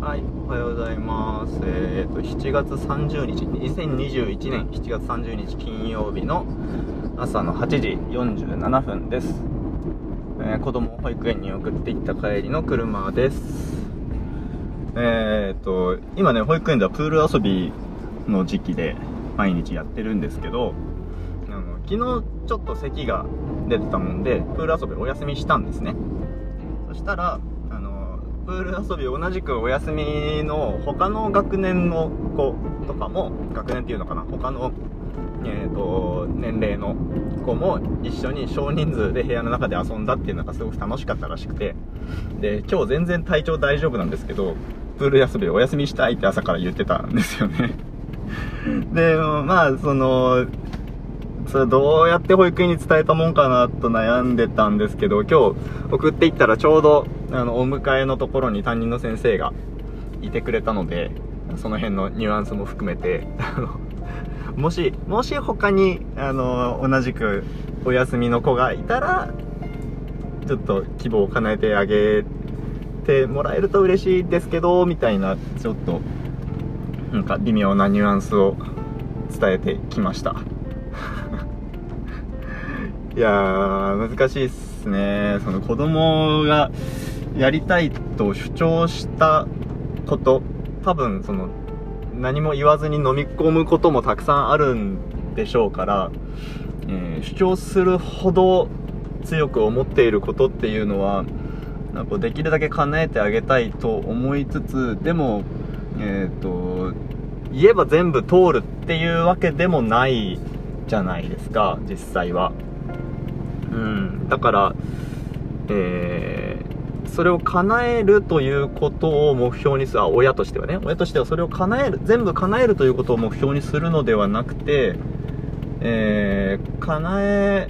はい、おはようございます。7月30日、2021年7月30日金曜日の朝の8時47分です。子供を保育園に送っていった帰りの車です。今ね、保育園ではプール遊びの時期で毎日やってるんですけど、昨日ちょっと咳が出てたもんで、プール遊びお休みしたんですね。そしたら、プール遊び同じくお休みの他の学年の子とかも、学年っていうのかな、他の、年齢の子も一緒に少人数で部屋の中で遊んだっていうのがすごく楽しかったらしくて、で、今日全然体調大丈夫なんですけど、プール遊びお休みしたいって朝から言ってたんですよね。で、まあ、それどうやって保育園に伝えたもんかなと悩んでたんですけど、今日送っていったらちょうどお迎えのところに担任の先生がいてくれたので、その辺のニュアンスも含めてもし他に同じくお休みの子がいたらちょっと希望を叶えてあげてもらえると嬉しいですけどみたいな、ちょっとなんか微妙なニュアンスを伝えてきましたいやー、難しいっすね。その子供がやりたいと主張したこと、多分その何も言わずに飲み込むこともたくさんあるんでしょうから、主張するほど強く思っていることっていうのはなんかできるだけ叶えてあげたいと思いつつ、でも言えば全部通るっていうわけでもないじゃないですか、実際は。だから、それを叶えるということを目標にする、親としてはそれを全部叶えるということを目標にするのではなくて、叶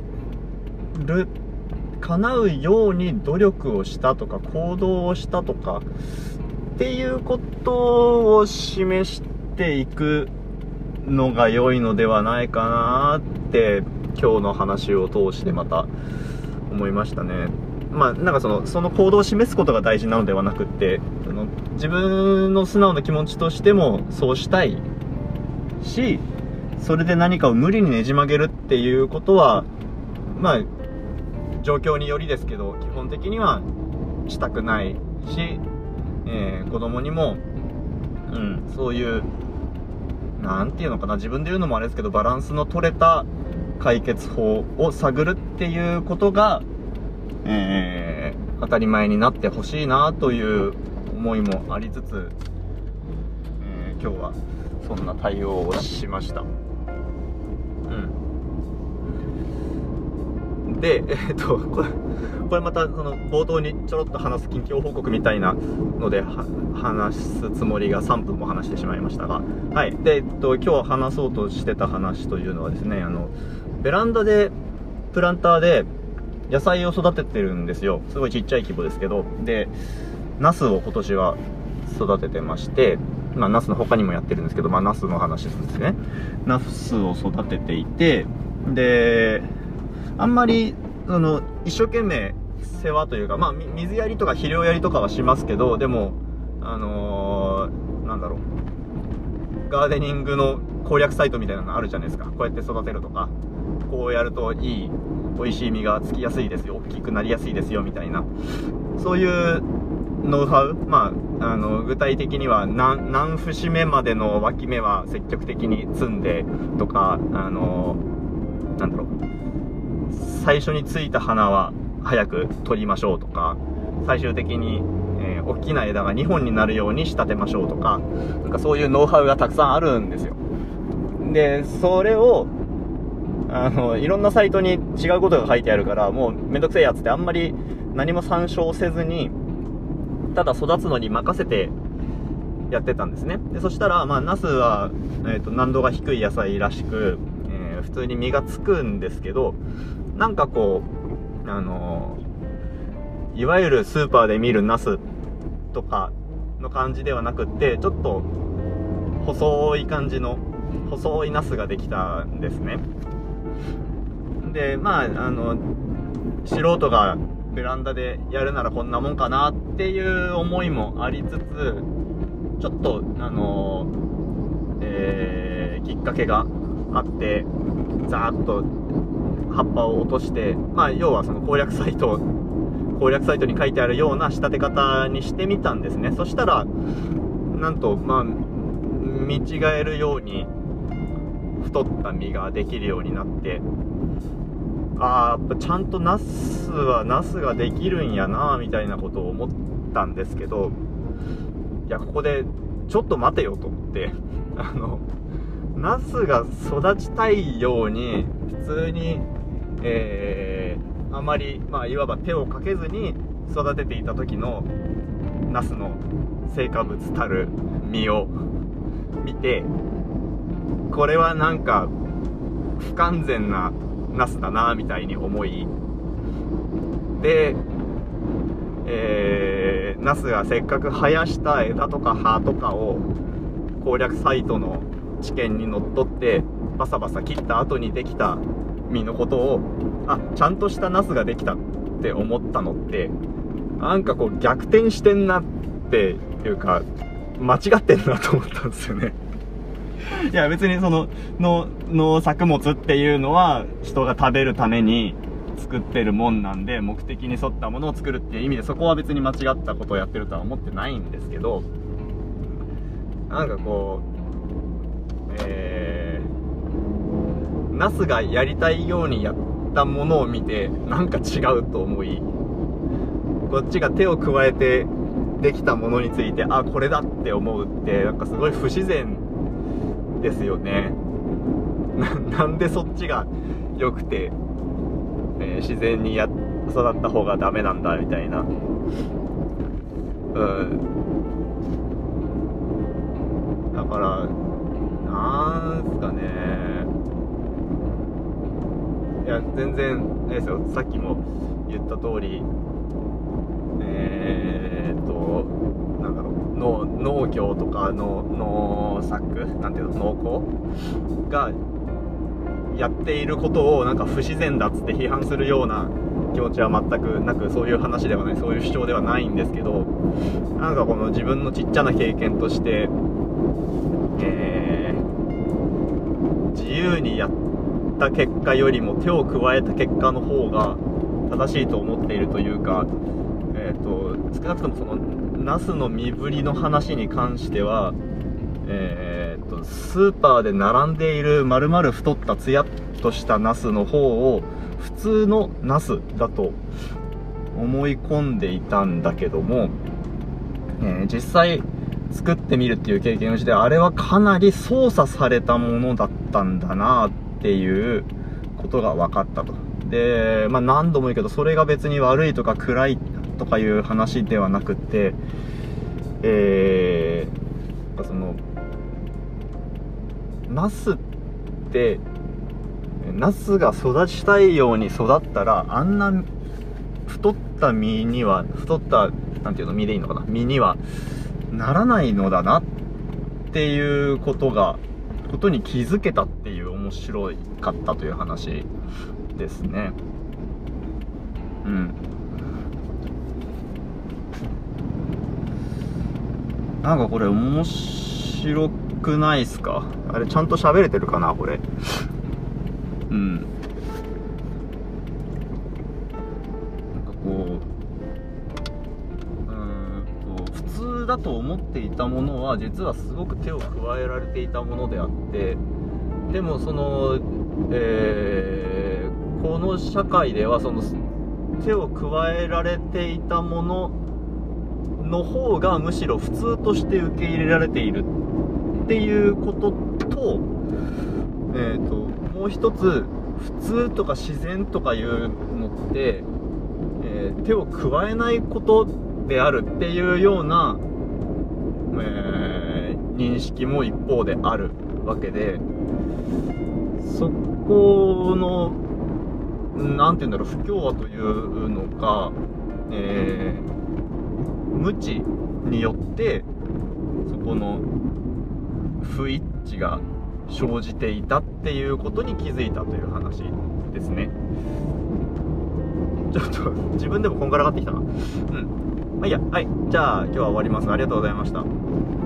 うように努力をしたとか行動をしたとかっていうことを示していくのが良いのではないかなって今日の話を通してまた思いましたね。まあなんかその行動を示すことが大事なのではなくって、自分の素直な気持ちとしてもそうしたいし、それで何かを無理にねじ曲げるっていうことはまあ状況によりですけど基本的にはしたくないし、子供にも、そういうなんていうのかな、自分で言うのもあれですけど、バランスの取れた解決法を探るっていうことが、当たり前になってほしいなという思いもありつつ、今日はそんな対応をしました。で、これまたその冒頭にちょろっと話す近況報告みたいなので話すつもりが3分も話してしまいましたが、はい。で、今日話そうとしてた話というのはですね、ベランダでプランターで野菜を育ててるんですよ。すごいちっちゃい規模ですけど、でナスを今年は育ててまして、まあナスの他にもやってるんですけど、まあナスの話ですね。ナスを育てていて、であんまり一生懸命世話というか、まあ水やりとか肥料やりとかはしますけど、でもなんだろう、ガーデニングの攻略サイトみたいなのあるじゃないですか。こうやって育てるとか、こうやると美味しい実がつきやすいですよ、大きくなりやすいですよみたいな、そういうノウハウ、まあ具体的には何節目までの脇芽は積極的に摘んでとか、なんだろう、最初についた花は早く取りましょうとか、最終的に、大きな枝が2本になるように仕立てましょうとか、なんかそういうノウハウがたくさんあるんですよ。でそれをいろんなサイトに違うことが書いてあるから、もうめんどくせえやつってあんまり何も参照せずに、ただ育つのに任せてやってたんですね。でそしたら、まあナスは、難度が低い野菜らしく、普通に実がつくんですけど、なんかこういわゆるスーパーで見るナスとかの感じではなくって、ちょっと細い感じの細いナスができたんですね。でまあ素人がベランダでやるならこんなもんかなっていう思いもありつつ、 ちょっときっかけがあって、ざーっと葉っぱを落として、要はその攻略サイトに書いてあるような仕立て方にしてみたんですね。そしたらなんと見違えるように太った実ができるようになって、やっぱちゃんとナスはナスができるんやなみたいなことを思ったんですけど、いや、ここでちょっと待てよと思ってナスが育ちたいように普通に、あまりいわば手をかけずに育てていた時のナスの成果物たる実を見て、これはなんか不完全なナスだなみたいに思い、で、ナスがせっかく生やした枝とか葉とかを攻略サイトの知見にのっとってバサバサ切った後にできた実のことを、ちゃんとしたナスができたって思ったのって、なんかこう逆転してんなっていうか、間違ってんなと思ったんですよね。いや、別にその農作物っていうのは人が食べるために作ってるもんなんで、目的に沿ったものを作るっていう意味でそこは別に間違ったことをやってるとは思ってないんですけど、なんかこうナスがやりたいようにやったものを見てなんか違うと思い、こっちが手を加えてできたものについてこれだって思うってなんかすごい不自然ですよね。なんでそっちが良くて、自然に育った方がダメなんだみたいな。だからなんすかね、いや全然ですよ、さっきも言った通りなんだろう、農業とかの農作なんていうの、農工がやっていることをなんか不自然だっつって批判するような気持ちは全くなく、そういう話ではない、そういう主張ではないんですけど、なんかこの自分のちっちゃな経験として、自由にやった結果よりも手を加えた結果の方が正しいと思っているというか、少なくともそのナスの身振りの話に関しては、スーパーで並んでいる丸々太ったツヤっとしたナスの方を普通のナスだと思い込んでいたんだけども、実際作ってみるっていう経験をして、あれはかなり操作されたものだったんだなっていうことが分かったと。で、何度も言うけど、それが別に悪いとか暗いとかいう話ではなくて、そのナスってナスが育ちたいように育ったら、あんな太った実には、太ったなんていうの、実でいいのかな、実にはならないのだなっていうことに気づけたっていう、面白かったという話ですね。なんかこれ面白くないっすか？あれちゃんと喋れてるかなこれ。なんかこう普通だと思っていたものは実はすごく手を加えられていたものであって、でもその、この社会ではその手を加えられていたものの方がむしろ普通として受け入れられているっていうことと、もう一つ、普通とか自然とかいうのって、手を加えないことであるっていうような、認識も一方であるわけで、そこのなんていうんだろう、不協和というのか、無知によってそこの不一致が生じていたっていうことに気づいたという話ですね。ちょっと自分でもこんがらがってきたな。いいや、はい、じゃあ今日は終わります。ありがとうございました。